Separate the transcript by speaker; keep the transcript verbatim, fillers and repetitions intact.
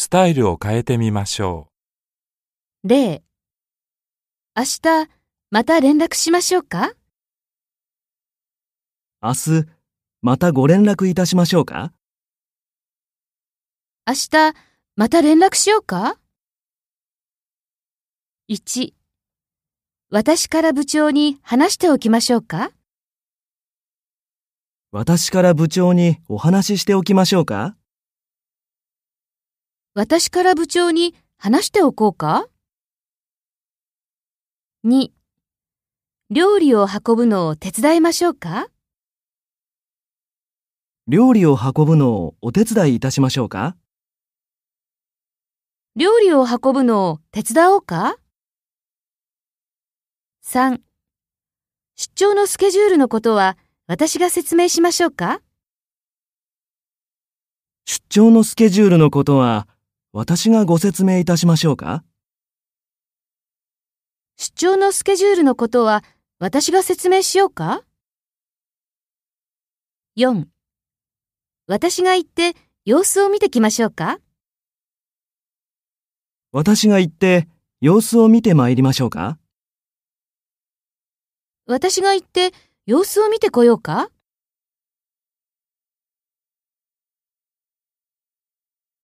Speaker 1: スタイルを変えてみましょ
Speaker 2: 例、明日また連絡しましょうか？
Speaker 3: 明日、またご連絡いたしましょうか？
Speaker 2: 明日また連絡しようか？いち、私から部長に話しておきましょうか？
Speaker 3: 私から部長にお話ししておきましょうか？
Speaker 2: 私から部長に話しておこうか？に、料理を運ぶのを手伝いましょうか？
Speaker 3: 料理を運ぶのをお手伝いいたしましょうか？
Speaker 2: 料理を運ぶのを手伝おうか？さん、出張のスケジュールのことは私が説明しましょうか？
Speaker 3: 出張のスケジュールのことは私がご説明いたしましょうか？
Speaker 2: 出張のスケジュールのことは私が説明しようか？よん、私が行って様子を見てきましょうか？
Speaker 3: 私が行って様子を見てまいりましょうか？
Speaker 2: 私が行って様子を見てこようか？